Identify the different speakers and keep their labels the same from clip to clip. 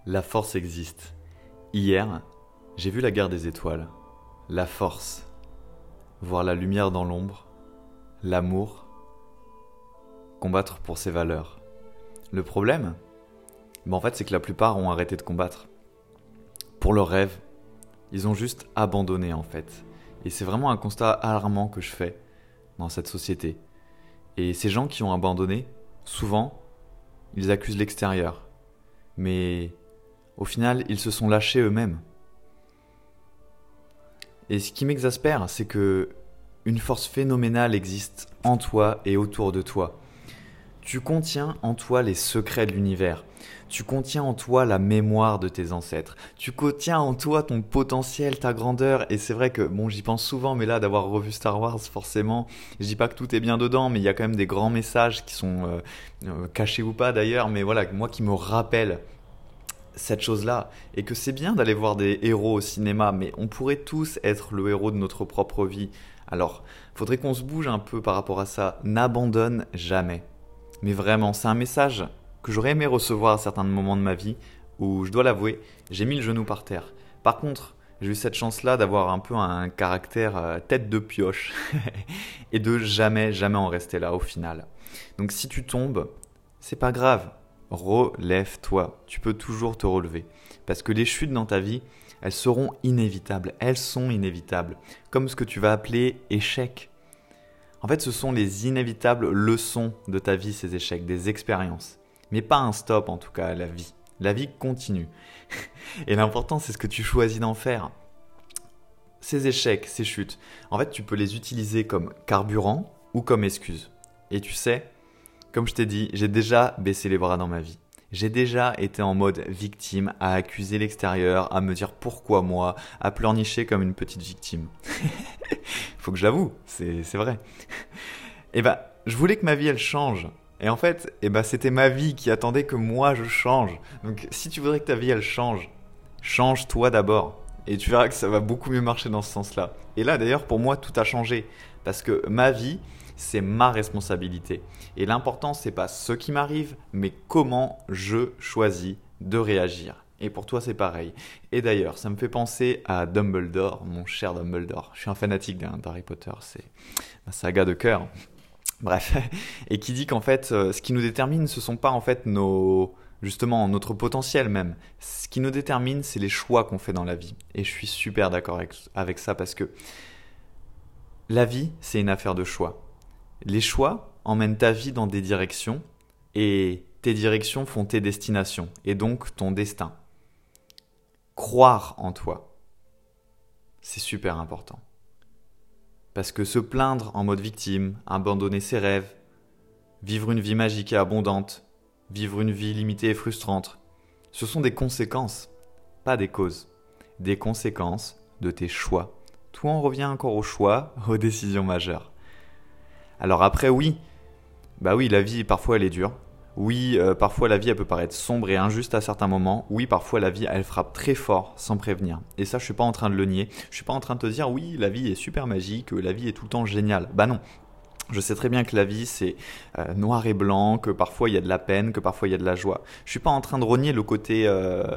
Speaker 1: La force existe. Hier, j'ai vu la guerre des étoiles. La force. Voir la lumière dans l'ombre. L'amour. Combattre pour ses valeurs. Le problème, en fait, c'est que la plupart ont arrêté de combattre. Pour leurs rêves, ils ont juste abandonné en fait. Et c'est vraiment un constat alarmant que je fais dans cette société. Et ces gens qui ont abandonné, souvent, ils accusent l'extérieur. Mais au final, ils se sont lâchés eux-mêmes. Et ce qui m'exaspère, c'est que une force phénoménale existe en toi et autour de toi. Tu contiens en toi les secrets de l'univers. Tu contiens en toi la mémoire de tes ancêtres. Tu contiens en toi ton potentiel, ta grandeur. Et c'est vrai que, j'y pense souvent, mais là, d'avoir revu Star Wars, forcément, je dis pas que tout est bien dedans, mais il y a quand même des grands messages qui sont cachés ou pas d'ailleurs, mais voilà, moi qui me rappellent cette chose-là, et que c'est bien d'aller voir des héros au cinéma, mais on pourrait tous être le héros de notre propre vie. Alors, faudrait qu'on se bouge un peu par rapport à ça. N'abandonne jamais. Mais vraiment, c'est un message que j'aurais aimé recevoir à certains moments de ma vie où, je dois l'avouer, j'ai mis le genou par terre. Par contre, j'ai eu cette chance-là d'avoir un peu un caractère tête de pioche et de jamais, jamais en rester là au final. Donc si tu tombes, c'est pas grave. Relève-toi. Tu peux toujours te relever. Parce que les chutes dans ta vie, elles seront inévitables. Elles sont inévitables. Comme ce que tu vas appeler échec. En fait, ce sont les inévitables leçons de ta vie, ces échecs, des expériences. Mais pas un stop, en tout cas, à la vie. La vie continue. Et l'important, c'est ce que tu choisis d'en faire. Ces échecs, ces chutes, en fait, tu peux les utiliser comme carburant ou comme excuse. Et tu sais, comme je t'ai dit, j'ai déjà baissé les bras dans ma vie. J'ai déjà été en mode victime, à accuser l'extérieur, à me dire pourquoi moi, à pleurnicher comme une petite victime. Faut que j'avoue, c'est vrai. Et je voulais que ma vie elle change. Et en fait, c'était ma vie qui attendait que moi je change. Donc si tu voudrais que ta vie elle change, change-toi d'abord. Et tu verras que ça va beaucoup mieux marcher dans ce sens-là. Et là d'ailleurs, pour moi, tout a changé. Parce que ma vie, c'est ma responsabilité. Et l'important, c'est pas ce qui m'arrive, mais comment je choisis de réagir. Et pour toi, c'est pareil. Et d'ailleurs, ça me fait penser à Dumbledore, mon cher Dumbledore. Je suis un fanatique d'Harry Potter, c'est ma saga de cœur. Bref, et qui dit qu'en fait, ce qui nous détermine, ce sont pas en fait justement notre potentiel même. Ce qui nous détermine, c'est les choix qu'on fait dans la vie. Et je suis super d'accord avec ça parce que la vie, c'est une affaire de choix. Les choix emmènent ta vie dans des directions et tes directions font tes destinations et donc ton destin. Croire en toi, c'est super important. Parce que se plaindre en mode victime, abandonner ses rêves, vivre une vie magique et abondante, vivre une vie limitée et frustrante, ce sont des conséquences, pas des causes. Des conséquences de tes choix. Tout en revient encore aux choix, aux décisions majeures. Alors après, oui, la vie, parfois, elle est dure. Oui, parfois, la vie, elle peut paraître sombre et injuste à certains moments. Oui, parfois, la vie, elle frappe très fort sans prévenir. Et ça, je suis pas en train de le nier. Je suis pas en train de te dire, oui, la vie est super magique, la vie est tout le temps géniale. Non. Je sais très bien que la vie, c'est noir et blanc, que parfois, il y a de la peine, que parfois, il y a de la joie. Je suis pas en train de renier le côté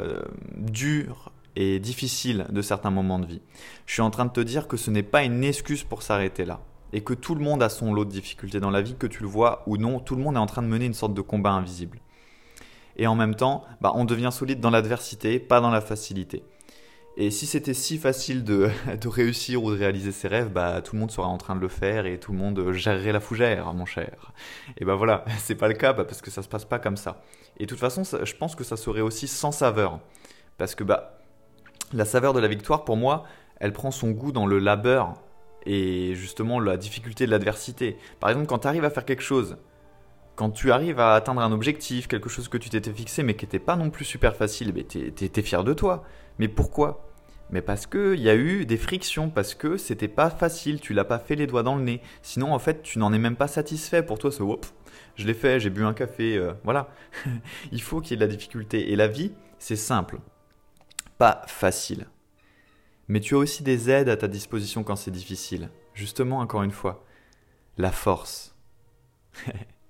Speaker 1: dur et difficile de certains moments de vie. Je suis en train de te dire que ce n'est pas une excuse pour s'arrêter là. Et que tout le monde a son lot de difficultés dans la vie, que tu le vois ou non, tout le monde est en train de mener une sorte de combat invisible. Et en même temps, on devient solide dans l'adversité, pas dans la facilité. Et si c'était si facile de réussir ou de réaliser ses rêves, tout le monde serait en train de le faire et tout le monde gérerait la fougère, mon cher. Et voilà, c'est pas le cas parce que ça se passe pas comme ça. Et de toute façon, je pense que ça serait aussi sans saveur. Parce que la saveur de la victoire, pour moi, elle prend son goût dans le labeur et justement la difficulté de l'adversité. Par exemple, quand tu arrives à faire quelque chose, quand tu arrives à atteindre un objectif, quelque chose que tu t'étais fixé mais qui n'était pas non plus super facile, t'es fier de toi. Mais pourquoi ? Mais parce qu'il y a eu des frictions, parce que c'était pas facile, tu l'as pas fait les doigts dans le nez. Sinon, en fait, tu n'en es même pas satisfait. Pour toi, c'est je l'ai fait, j'ai bu un café, voilà. Il faut qu'il y ait de la difficulté. Et la vie, c'est simple, pas facile. Mais tu as aussi des aides à ta disposition quand c'est difficile. Justement, encore une fois, la force.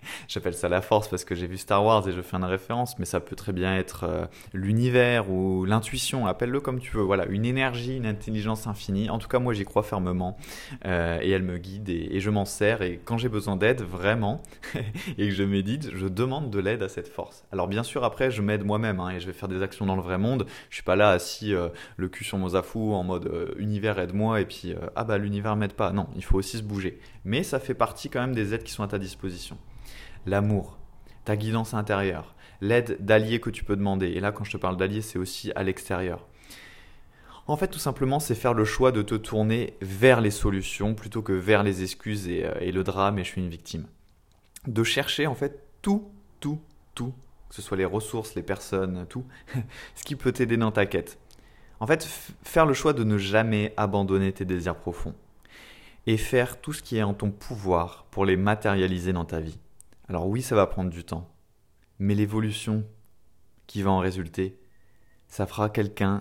Speaker 1: J'appelle ça la force parce que j'ai vu Star Wars et je fais une référence, mais ça peut très bien être l'univers ou l'intuition, appelle-le comme tu veux. Voilà, une énergie, une intelligence infinie. En tout cas, moi, j'y crois fermement et elle me guide et je m'en sers. Et quand j'ai besoin d'aide, vraiment, et que je médite, je demande de l'aide à cette force. Alors bien sûr, après, je m'aide moi-même et je vais faire des actions dans le vrai monde. Je suis pas là assis le cul sur mon zafou en mode univers aide-moi et puis ah bah l'univers m'aide pas. Non, il faut aussi se bouger. Mais ça fait partie quand même des aides qui sont à ta disposition. L'amour, ta guidance intérieure, l'aide d'alliés que tu peux demander. Et là, quand je te parle d'alliés, c'est aussi à l'extérieur. En fait, tout simplement, c'est faire le choix de te tourner vers les solutions plutôt que vers les excuses et le drame et je suis une victime. De chercher en fait tout, que ce soit les ressources, les personnes, tout, ce qui peut t'aider dans ta quête. En fait, faire le choix de ne jamais abandonner tes désirs profonds et faire tout ce qui est en ton pouvoir pour les matérialiser dans ta vie. Alors oui, ça va prendre du temps, mais l'évolution qui va en résulter, ça fera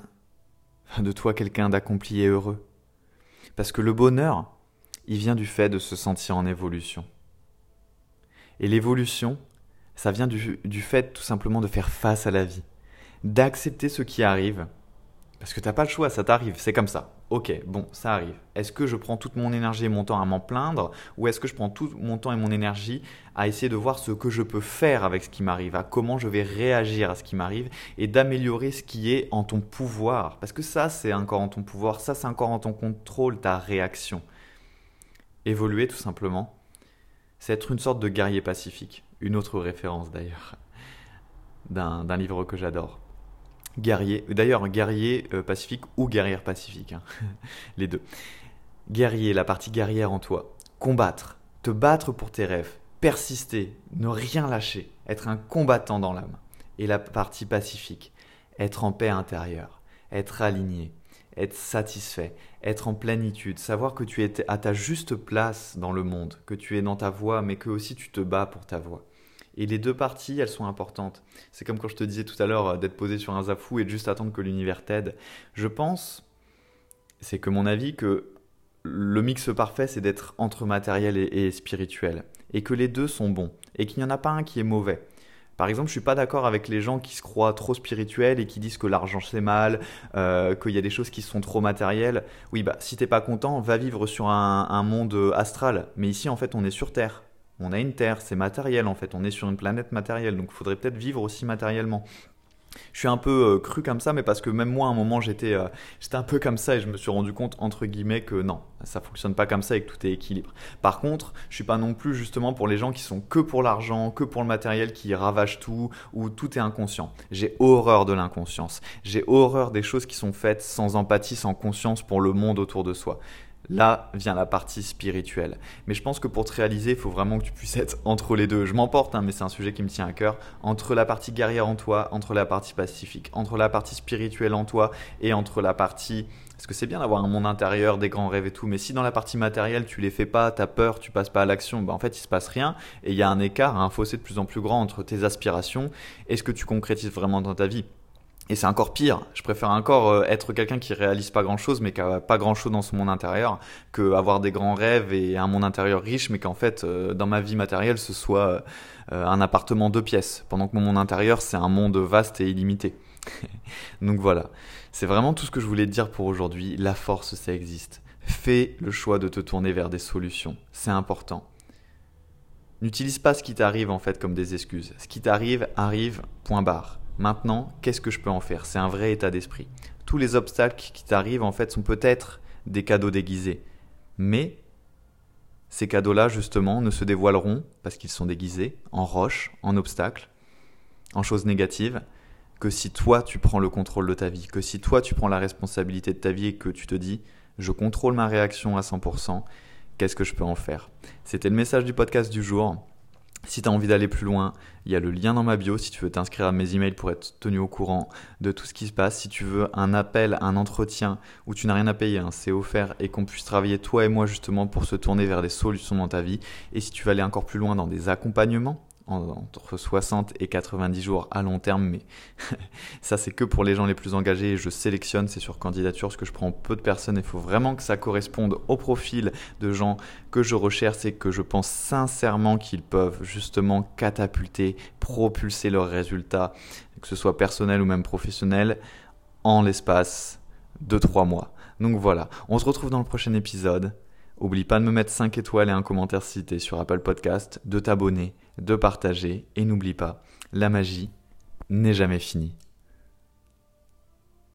Speaker 1: de toi quelqu'un d'accompli et heureux. Parce que le bonheur, il vient du fait de se sentir en évolution. Et l'évolution, ça vient du fait tout simplement de faire face à la vie, d'accepter ce qui arrive. Parce que t'as pas le choix, ça t'arrive, c'est comme ça. Ok, bon, ça arrive. Est-ce que je prends toute mon énergie et mon temps à m'en plaindre ou est-ce que je prends tout mon temps et mon énergie à essayer de voir ce que je peux faire avec ce qui m'arrive, à comment je vais réagir à ce qui m'arrive et d'améliorer ce qui est en ton pouvoir. Parce que ça, c'est encore en ton pouvoir, ça, c'est encore en ton contrôle, ta réaction. Évoluer, tout simplement, c'est être une sorte de guerrier pacifique. Une autre référence d'ailleurs, d'un livre que j'adore. Guerrier pacifique ou guerrière pacifique, les deux. Guerrier, la partie guerrière en toi. Combattre, te battre pour tes rêves, persister, ne rien lâcher, être un combattant dans l'âme. Et la partie pacifique, être en paix intérieure, être aligné, être satisfait, être en plénitude, savoir que tu es à ta juste place dans le monde, que tu es dans ta voie, mais que aussi tu te bats pour ta voie. Et les deux parties, elles sont importantes. C'est comme quand je te disais tout à l'heure d'être posé sur un zafou et de juste attendre que l'univers t'aide. Je pense, c'est que mon avis, que le mix parfait, c'est d'être entre matériel et spirituel. Et que les deux sont bons. Et qu'il n'y en a pas un qui est mauvais. Par exemple, je suis pas d'accord avec les gens qui se croient trop spirituels et qui disent que l'argent c'est mal, qu'il y a des choses qui sont trop matérielles. Oui, bah si t'es pas content, va vivre sur un monde astral. Mais ici, en fait, on est sur Terre. On a une Terre, c'est matériel en fait, on est sur une planète matérielle, donc il faudrait peut-être vivre aussi matériellement. Je suis un peu cru comme ça, mais parce que même moi à un moment j'étais un peu comme ça et je me suis rendu compte entre guillemets que non, ça fonctionne pas comme ça et que tout est équilibre. Par contre, je suis pas non plus justement pour les gens qui sont que pour l'argent, que pour le matériel, qui ravagent tout, où tout est inconscient. J'ai horreur de l'inconscience, j'ai horreur des choses qui sont faites sans empathie, sans conscience pour le monde autour de soi. Là vient la partie spirituelle. Mais je pense que pour te réaliser, il faut vraiment que tu puisses être entre les deux. Je m'emporte, mais c'est un sujet qui me tient à cœur. Entre la partie guerrière en toi, entre la partie pacifique, entre la partie spirituelle en toi et entre la partie... Parce que c'est bien d'avoir un monde intérieur, des grands rêves et tout, mais si dans la partie matérielle, tu les fais pas, tu as peur, tu passes pas à l'action, en fait, il se passe rien. Et il y a un écart, un fossé de plus en plus grand entre tes aspirations et ce que tu concrétises vraiment dans ta vie. Et c'est encore pire, je préfère encore être quelqu'un qui réalise pas grand chose mais qui a pas grand chose dans son monde intérieur que avoir des grands rêves et un monde intérieur riche mais qu'en fait dans ma vie matérielle ce soit un appartement 2 pièces pendant que mon monde intérieur c'est un monde vaste et illimité. Donc voilà, c'est vraiment tout ce que je voulais te dire pour aujourd'hui, la force ça existe. Fais le choix de te tourner vers des solutions, c'est important. N'utilise pas ce qui t'arrive en fait comme des excuses, ce qui t'arrive arrive, point barre. Maintenant, qu'est-ce que je peux en faire ? C'est un vrai état d'esprit. Tous les obstacles qui t'arrivent, en fait, sont peut-être des cadeaux déguisés. Mais ces cadeaux-là, justement, ne se dévoileront, parce qu'ils sont déguisés, en roches, en obstacles, en choses négatives, que si toi, tu prends le contrôle de ta vie, que si toi, tu prends la responsabilité de ta vie et que tu te dis « je contrôle ma réaction à 100%, qu'est-ce que je peux en faire ?» C'était le message du podcast du jour. Si tu as envie d'aller plus loin, il y a le lien dans ma bio si tu veux t'inscrire à mes emails pour être tenu au courant de tout ce qui se passe. Si tu veux un appel, un entretien où tu n'as rien à payer, c'est offert et qu'on puisse travailler toi et moi justement pour se tourner vers des solutions dans ta vie. Et si tu veux aller encore plus loin dans des accompagnements entre 60 et 90 jours à long terme, mais ça c'est que pour les gens les plus engagés et je sélectionne, c'est sur candidature parce que je prends peu de personnes, il faut vraiment que ça corresponde au profil de gens que je recherche et que je pense sincèrement qu'ils peuvent justement catapulter, propulser leurs résultats, que ce soit personnel ou même professionnel, en l'espace de 3 mois. Donc voilà, on se retrouve dans le prochain épisode. Oublie pas de me mettre 5 étoiles et un commentaire si t'es sur Apple Podcast, de t'abonner, de partager et n'oublie pas, la magie n'est jamais finie.